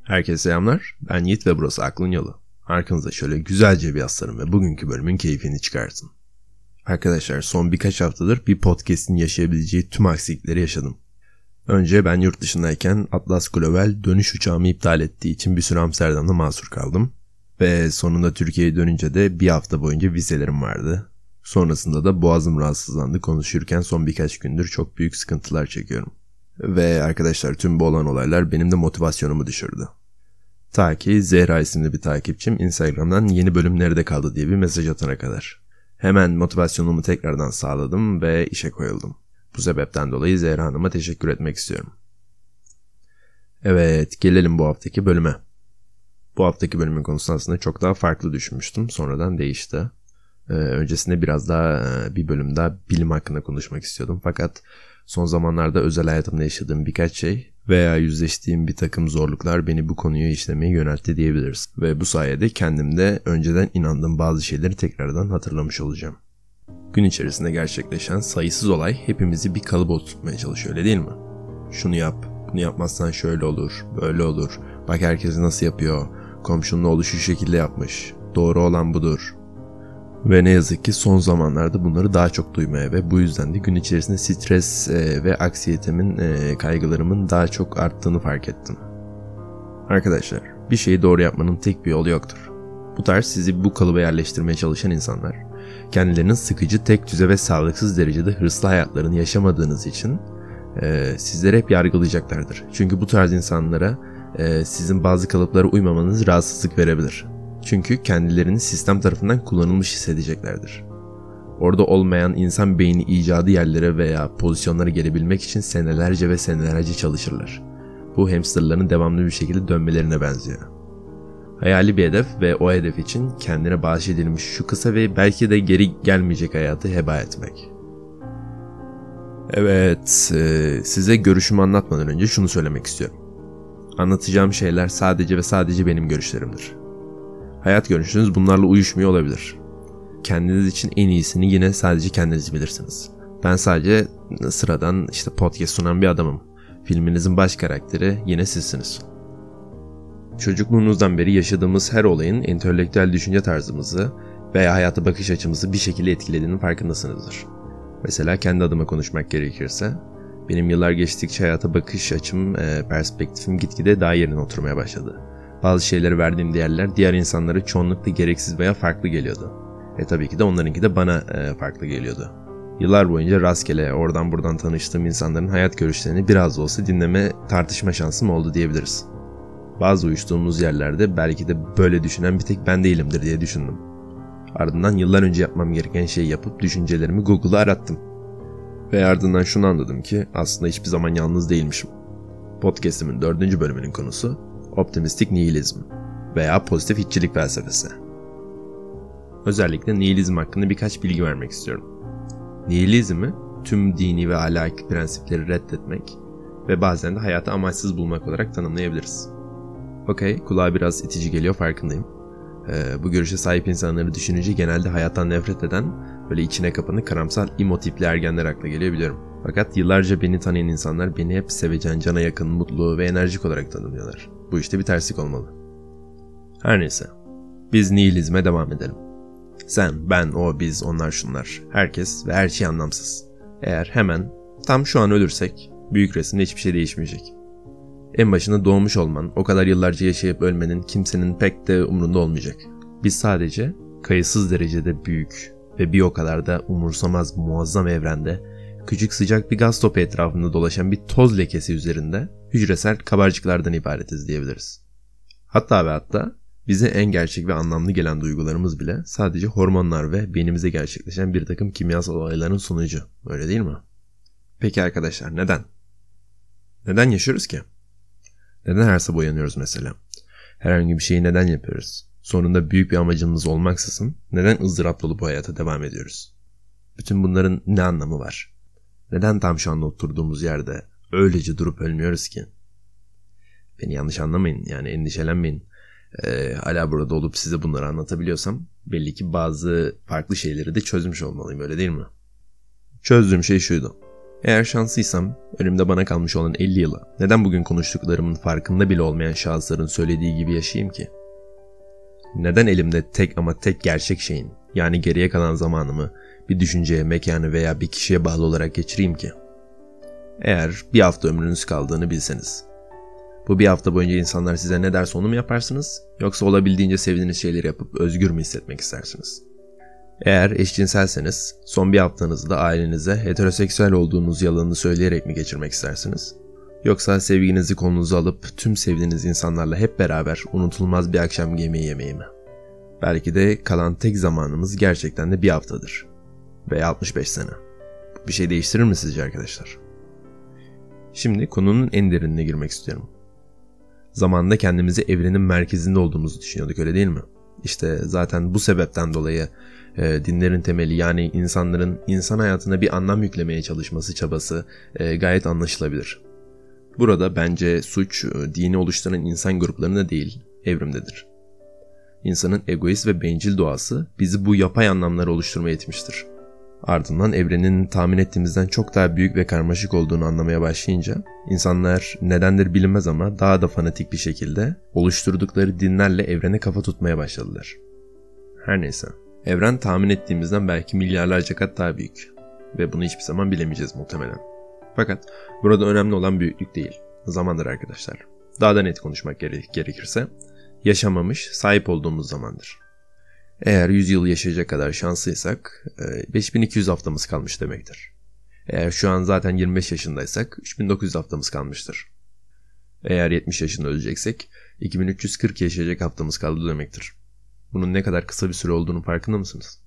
Herkese selamlar. Ben Yiğit ve burası Aklın Yolu. Arkanıza şöyle güzelce bir yaslanın ve bugünkü bölümün keyfini çıkartın. Arkadaşlar son birkaç haftadır bir podcast'in yaşayabileceği tüm aksilikleri yaşadım. Önce ben yurt dışındayken Atlas Global dönüş uçağımı iptal ettiği için bir süre Amsterdam'da mahsur kaldım. Ve sonunda Türkiye'ye dönünce de bir hafta boyunca vizelerim vardı. Sonrasında da boğazım rahatsızlandı. Konuşurken son birkaç gündür çok büyük sıkıntılar çekiyorum. Ve arkadaşlar tüm bu olan olaylar benim de motivasyonumu düşürdü. Ta ki Zehra isimli bir takipçim Instagram'dan yeni bölüm nerede kaldı diye bir mesaj atana kadar. Hemen motivasyonumu tekrardan sağladım ve işe koyuldum. Bu sebepten dolayı Zehra Hanım'a teşekkür etmek istiyorum. Evet, gelelim bu haftaki bölüme. Bu haftaki bölümün konusu aslında çok daha farklı düşünmüştüm. Sonradan değişti. Öncesinde biraz daha bir bölüm daha bilim hakkında konuşmak istiyordum. Fakat son zamanlarda özel hayatımda yaşadığım birkaç şey veya yüzleştiğim bir takım zorluklar beni bu konuyu işlemeye yöneltti diyebiliriz. Ve bu sayede kendimde önceden inandığım bazı şeyleri tekrardan hatırlamış olacağım. Gün içerisinde gerçekleşen sayısız olay hepimizi bir kalıba oturtmaya çalışıyor, öyle değil mi? Şunu yap, bunu yapmazsan şöyle olur, böyle olur. Bak herkes nasıl yapıyor, komşunun oğlu şu şekilde yapmış, doğru olan budur. Ve ne yazık ki son zamanlarda bunları daha çok duymaya ve bu yüzden de gün içerisinde stres ve aksiyitemin, kaygılarımın daha çok arttığını fark ettim. Arkadaşlar, bir şeyi doğru yapmanın tek bir yolu yoktur. Bu tarz sizi bu kalıba yerleştirmeye çalışan insanlar, kendilerinin sıkıcı, tek düze ve sağlıksız derecede hırslı hayatlarını yaşamadığınız için sizleri hep yargılayacaklardır. Çünkü bu tarz insanlara sizin bazı kalıplara uymamanız rahatsızlık verebilir. Çünkü kendilerini sistem tarafından kullanılmış hissedeceklerdir. Orada olmayan insan beyni icadı yerlere veya pozisyonlara gelebilmek için senelerce ve senelerce çalışırlar. Bu hamsterların devamlı bir şekilde dönmelerine benziyor. Hayali bir hedef ve o hedef için kendine bahşedilmiş şu kısa ve belki de geri gelmeyecek hayatı heba etmek. Evet, size görüşümü anlatmadan önce şunu söylemek istiyorum. Anlatacağım şeyler sadece ve sadece benim görüşlerimdir. Hayat görüşünüz bunlarla uyuşmuyor olabilir. Kendiniz için en iyisini yine sadece kendiniz bilirsiniz. Ben sadece sıradan podcast sunan bir adamım. Filminizin baş karakteri yine sizsiniz. Çocukluğunuzdan beri yaşadığımız her olayın entelektüel düşünce tarzımızı veya hayata bakış açımızı bir şekilde etkilediğinin farkındasınızdır. Mesela kendi adıma konuşmak gerekirse, benim yıllar geçtikçe hayata bakış açım, perspektifim gitgide daha yerine oturmaya başladı. Bazı şeylere verdiğim değerler diğer insanlara çoğunlukla gereksiz veya farklı geliyordu. Tabii ki de onlarınki de bana farklı geliyordu. Yıllar boyunca rastgele oradan buradan tanıştığım insanların hayat görüşlerini biraz da olsa dinleme, tartışma şansım oldu diyebiliriz. Bazı uyuştuğumuz yerlerde belki de böyle düşünen bir tek ben değilimdir diye düşündüm. Ardından yıllar önce yapmam gereken şeyi yapıp düşüncelerimi Google'da arattım. Ve ardından şunu anladım ki aslında hiçbir zaman yalnız değilmişim. Podcast'imin 4. bölümünün konusu optimistik nihilizm veya pozitif iççilik felsefesi. Özellikle nihilizm hakkında birkaç bilgi vermek istiyorum. Nihilizmi tüm dini ve ahlaki prensipleri reddetmek ve bazen de hayatı amaçsız bulmak olarak tanımlayabiliriz. Okey, kulağa biraz itici geliyor, farkındayım. Bu görüşe sahip insanları düşününce genelde hayattan nefret eden, böyle içine kapanık, karamsar, emo tipli ergenler akla geliyor biliyorum. Fakat yıllarca beni tanıyan insanlar beni hep sevecen, cana yakın, mutlu ve enerjik olarak tanımlıyorlar. Bu işte bir terslik olmalı. Her neyse, biz nihilizme devam edelim. Sen, ben, o, biz, onlar, şunlar, herkes ve her şey anlamsız. Eğer hemen, tam şu an ölürsek, büyük resimde hiçbir şey değişmeyecek. En başında doğmuş olman, o kadar yıllarca yaşayıp ölmenin kimsenin pek de umrunda olmayacak. Biz sadece kayıtsız derecede büyük ve bir o kadar da umursamaz muazzam evrende küçük sıcak bir gaz topu etrafında dolaşan bir toz lekesi üzerinde hücresel kabarcıklardan ibaretiz diyebiliriz. Hatta ve hatta bize en gerçek ve anlamlı gelen duygularımız bile sadece hormonlar ve beynimizde gerçekleşen bir takım kimyasal olayların sonucu. Öyle değil mi? Peki arkadaşlar, neden? Neden yaşıyoruz ki? Neden her sabah uyanıyoruz mesela? Herhangi bir şeyi neden yapıyoruz? Sonunda büyük bir amacımız olmaksızın neden ızdırap dolu bu hayata devam ediyoruz? Bütün bunların ne anlamı var? Neden tam şu anda oturduğumuz yerde öylece durup ölmüyoruz ki? Beni yanlış anlamayın, yani endişelenmeyin. Hala burada olup size bunları anlatabiliyorsam belli ki bazı farklı şeyleri de çözmüş olmalıyım, öyle değil mi? Çözdüğüm şey şuydu. Eğer şanslıysam önümde bana kalmış olan 50 yılı neden bugün konuştuklarımın farkında bile olmayan şahısların söylediği gibi yaşayayım ki? Neden elimde tek ama tek gerçek şeyin, yani geriye kalan zamanımı bir düşünceye, mekanı veya bir kişiye bağlı olarak geçireyim ki? Eğer bir hafta ömrünüz kaldığını bilseniz, bu bir hafta boyunca insanlar size ne derse onu mu yaparsınız, yoksa olabildiğince sevdiğiniz şeyleri yapıp özgür mü hissetmek istersiniz? Eğer eşcinselseniz, son bir haftanızı da ailenize heteroseksüel olduğunuz yalanını söyleyerek mi geçirmek istersiniz? Yoksa sevginizi kolunuza alıp tüm sevdiğiniz insanlarla hep beraber unutulmaz bir akşam yemeği yemeyi mi? Belki de kalan tek zamanımız gerçekten de bir haftadır. Veya 65 sene. Bir şey değiştirir mi sizce arkadaşlar? Şimdi konunun en derinine girmek istiyorum. Zamanında kendimizi evrenin merkezinde olduğumuzu düşünüyorduk, öyle değil mi? İşte zaten bu sebepten dolayı dinlerin temeli, yani insanların insan hayatına bir anlam yüklemeye çalışması çabası gayet anlaşılabilir. Burada bence suç dini oluşturan insan gruplarında değil, evrimdedir. İnsanın egoist ve bencil doğası bizi bu yapay anlamları oluşturmaya itmiştir. Ardından evrenin tahmin ettiğimizden çok daha büyük ve karmaşık olduğunu anlamaya başlayınca insanlar nedendir bilinmez ama daha da fanatik bir şekilde oluşturdukları dinlerle evrene kafa tutmaya başladılar. Her neyse, evren tahmin ettiğimizden belki milyarlarca kat daha büyük ve bunu hiçbir zaman bilemeyeceğiz muhtemelen. Fakat burada önemli olan büyüklük değil, zamandır arkadaşlar. Daha da net konuşmak gerekirse, yaşamamış, sahip olduğumuz zamandır. Eğer 100 yıl yaşayacak kadar şanslıysak 5200 haftamız kalmış demektir. Eğer şu an zaten 25 yaşındaysak 3900 haftamız kalmıştır. Eğer 70 yaşında öleceksek 2340 yaşayacak haftamız kaldı demektir. Bunun ne kadar kısa bir süre olduğunu farkında mısınız?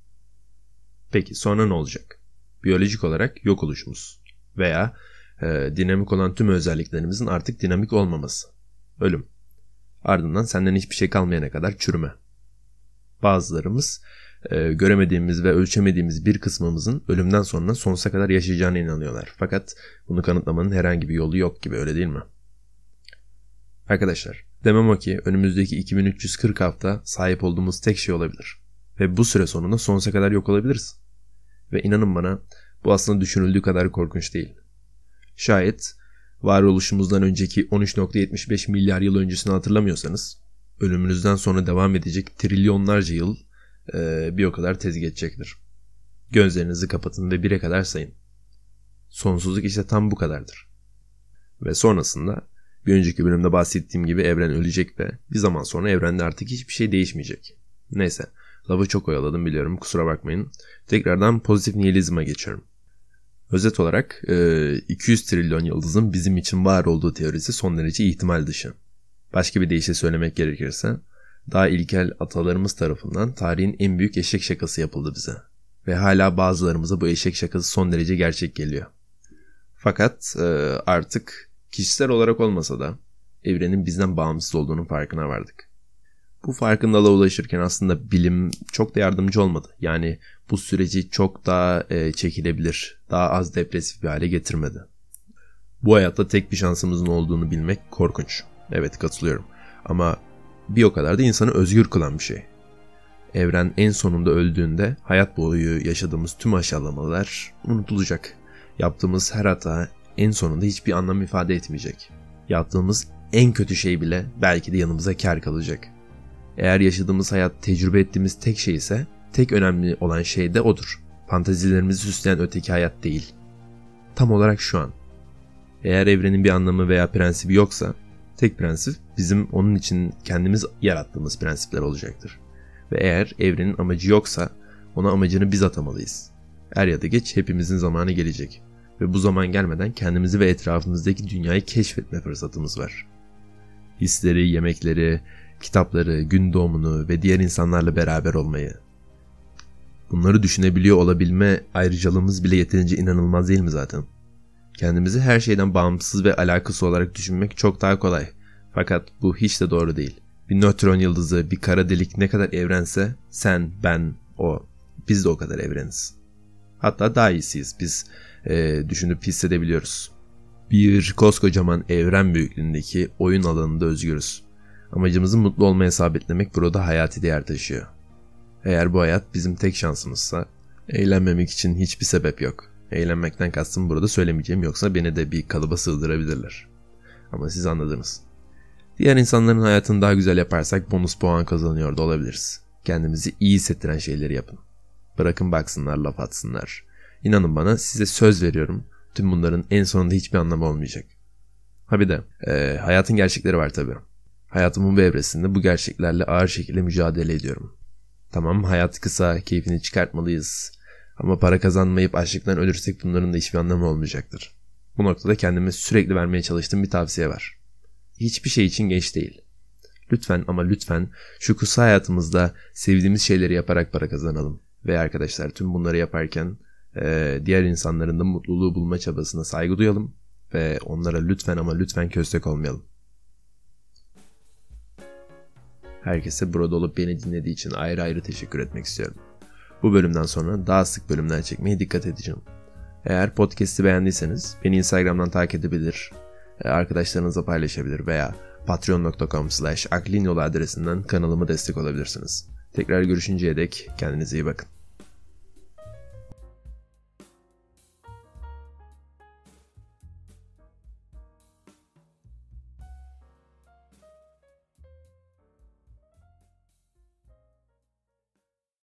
Peki sonra ne olacak? Biyolojik olarak yok oluşumuz veya dinamik olan tüm özelliklerimizin artık dinamik olmaması. Ölüm. Ardından senden hiçbir şey kalmayana kadar çürüme. Bazılarımız göremediğimiz ve ölçemediğimiz bir kısmımızın ölümden sonra sonsuza kadar yaşayacağına inanıyorlar. Fakat bunu kanıtlamanın herhangi bir yolu yok gibi, öyle değil mi? Arkadaşlar, demem o ki önümüzdeki 2340 hafta sahip olduğumuz tek şey olabilir. Ve bu süre sonunda sonsuza kadar yok olabiliriz. Ve inanın bana, bu aslında düşünüldüğü kadar korkunç değil. Şayet varoluşumuzdan önceki 13.75 milyar yıl öncesini hatırlamıyorsanız, ölümünüzden sonra devam edecek trilyonlarca yıl bir o kadar tez geçecektir. Gözlerinizi kapatın ve 1'e kadar sayın. Sonsuzluk işte tam bu kadardır. Ve sonrasında bir önceki bölümde bahsettiğim gibi evren ölecek ve bir zaman sonra evrende artık hiçbir şey değişmeyecek. Neyse, lafı çok oyaladım biliyorum, kusura bakmayın. Tekrardan pozitif nihilizme geçiyorum. Özet olarak 200 trilyon yıldızın bizim için var olduğu teorisi son derece ihtimal dışı. Başka bir deyişle söylemek gerekirse, daha ilkel atalarımız tarafından tarihin en büyük eşek şakası yapıldı bize. Ve hala bazılarımıza bu eşek şakası son derece gerçek geliyor. Fakat artık kişisel olarak olmasa da evrenin bizden bağımsız olduğunun farkına vardık. Bu farkındalığa ulaşırken aslında bilim çok da yardımcı olmadı. Yani bu süreci çok daha çekilebilir, daha az depresif bir hale getirmedi. Bu hayatta tek bir şansımızın olduğunu bilmek korkunç. Evet, katılıyorum. Ama bir o kadar da insanı özgür kılan bir şey. Evren en sonunda öldüğünde hayat boyu yaşadığımız tüm aşağılamalar unutulacak. Yaptığımız her hata en sonunda hiçbir anlam ifade etmeyecek. Yaptığımız en kötü şey bile belki de yanımıza kâr kalacak. Eğer yaşadığımız hayat tecrübe ettiğimiz tek şey ise, tek önemli olan şey de odur. Fantazilerimizi süsleyen öteki hayat değil. Tam olarak şu an. Eğer evrenin bir anlamı veya prensibi yoksa, tek prensip bizim onun için kendimiz yarattığımız prensipler olacaktır. Ve eğer evrenin amacı yoksa ona amacını biz atamalıyız. Er ya da geç hepimizin zamanı gelecek. Ve bu zaman gelmeden kendimizi ve etrafımızdaki dünyayı keşfetme fırsatımız var. Hisleri, yemekleri, kitapları, gün doğumunu ve diğer insanlarla beraber olmayı. Bunları düşünebiliyor olabilme ayrıcalığımız bile yeterince inanılmaz değil mi zaten? Kendimizi her şeyden bağımsız ve alakası olarak düşünmek çok daha kolay. Fakat bu hiç de doğru değil. Bir nötron yıldızı, bir kara delik ne kadar evrense sen, ben, o. Biz de o kadar evreniz. Hatta daha iyisiyiz. Biz düşünüp hissedebiliyoruz. Bir koskocaman evren büyüklüğündeki oyun alanında özgürüz. Amacımızı mutlu olmaya sabitlemek burada hayati değer taşıyor. Eğer bu hayat bizim tek şansımızsa, eğlenmemek için hiçbir sebep yok. Eğlenmekten kastım burada söylemeyeceğim, yoksa beni de bir kalıba sığdırabilirler. Ama siz anladınız. Diğer insanların hayatını daha güzel yaparsak bonus puan kazanıyor da olabiliriz. Kendimizi iyi hissettiren şeyleri yapın. Bırakın baksınlar, laf atsınlar. İnanın bana, size söz veriyorum. Tüm bunların en sonunda hiçbir anlamı olmayacak. Ha bir de hayatın gerçekleri var tabii. Hayatımın bu evresinde bu gerçeklerle ağır şekilde mücadele ediyorum. Tamam, hayat kısa, keyfini çıkartmalıyız. Ama para kazanmayıp açlıktan ölürsek bunların da hiçbir anlamı olmayacaktır. Bu noktada kendime sürekli vermeye çalıştığım bir tavsiye var. Hiçbir şey için geç değil. Lütfen ama lütfen şu kısa hayatımızda sevdiğimiz şeyleri yaparak para kazanalım. Ve arkadaşlar, tüm bunları yaparken diğer insanların da mutluluğu bulma çabasına saygı duyalım. Ve onlara lütfen ama lütfen köstek olmayalım. Herkese burada olup beni dinlediği için ayrı ayrı teşekkür etmek istiyorum. Bu bölümden sonra daha sık bölümler çekmeye dikkat edeceğim. Eğer podcast'i beğendiyseniz beni Instagram'dan takip edebilir, arkadaşlarınızla paylaşabilir veya patreon.com/aklinyolu adresinden kanalıma destek olabilirsiniz. Tekrar görüşünceye dek kendinize iyi bakın.